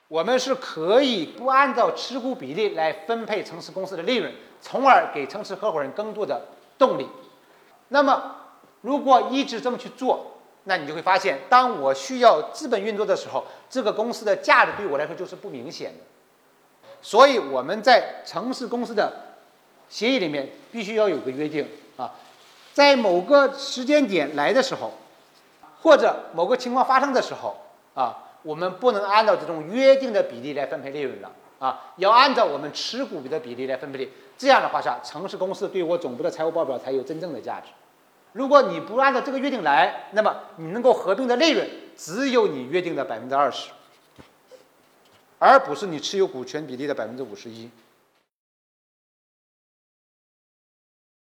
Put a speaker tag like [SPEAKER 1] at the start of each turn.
[SPEAKER 1] 我们是可以不按照持股比例来分配城市公司的利润，从而给城市合伙人更多的动力。那么，如果一直这么去做，那你就会发现，当我需要资本运作的时候，这个公司的价值对我来说就是不明显的。所以我们在城市公司的协议里面必须要有个约定啊，在某个时间点来的时候，或者某个情况发生的时候啊，我们不能按照这种约定的比例来分配利润了啊，要按照我们持股的比例来分配利。这样的话下，城市公司对我总部的财务报表才有真正的价值。如果你不按照这个约定来，那么你能够合并的利润只有你约定的20%，而不是你持有股权比例的51%。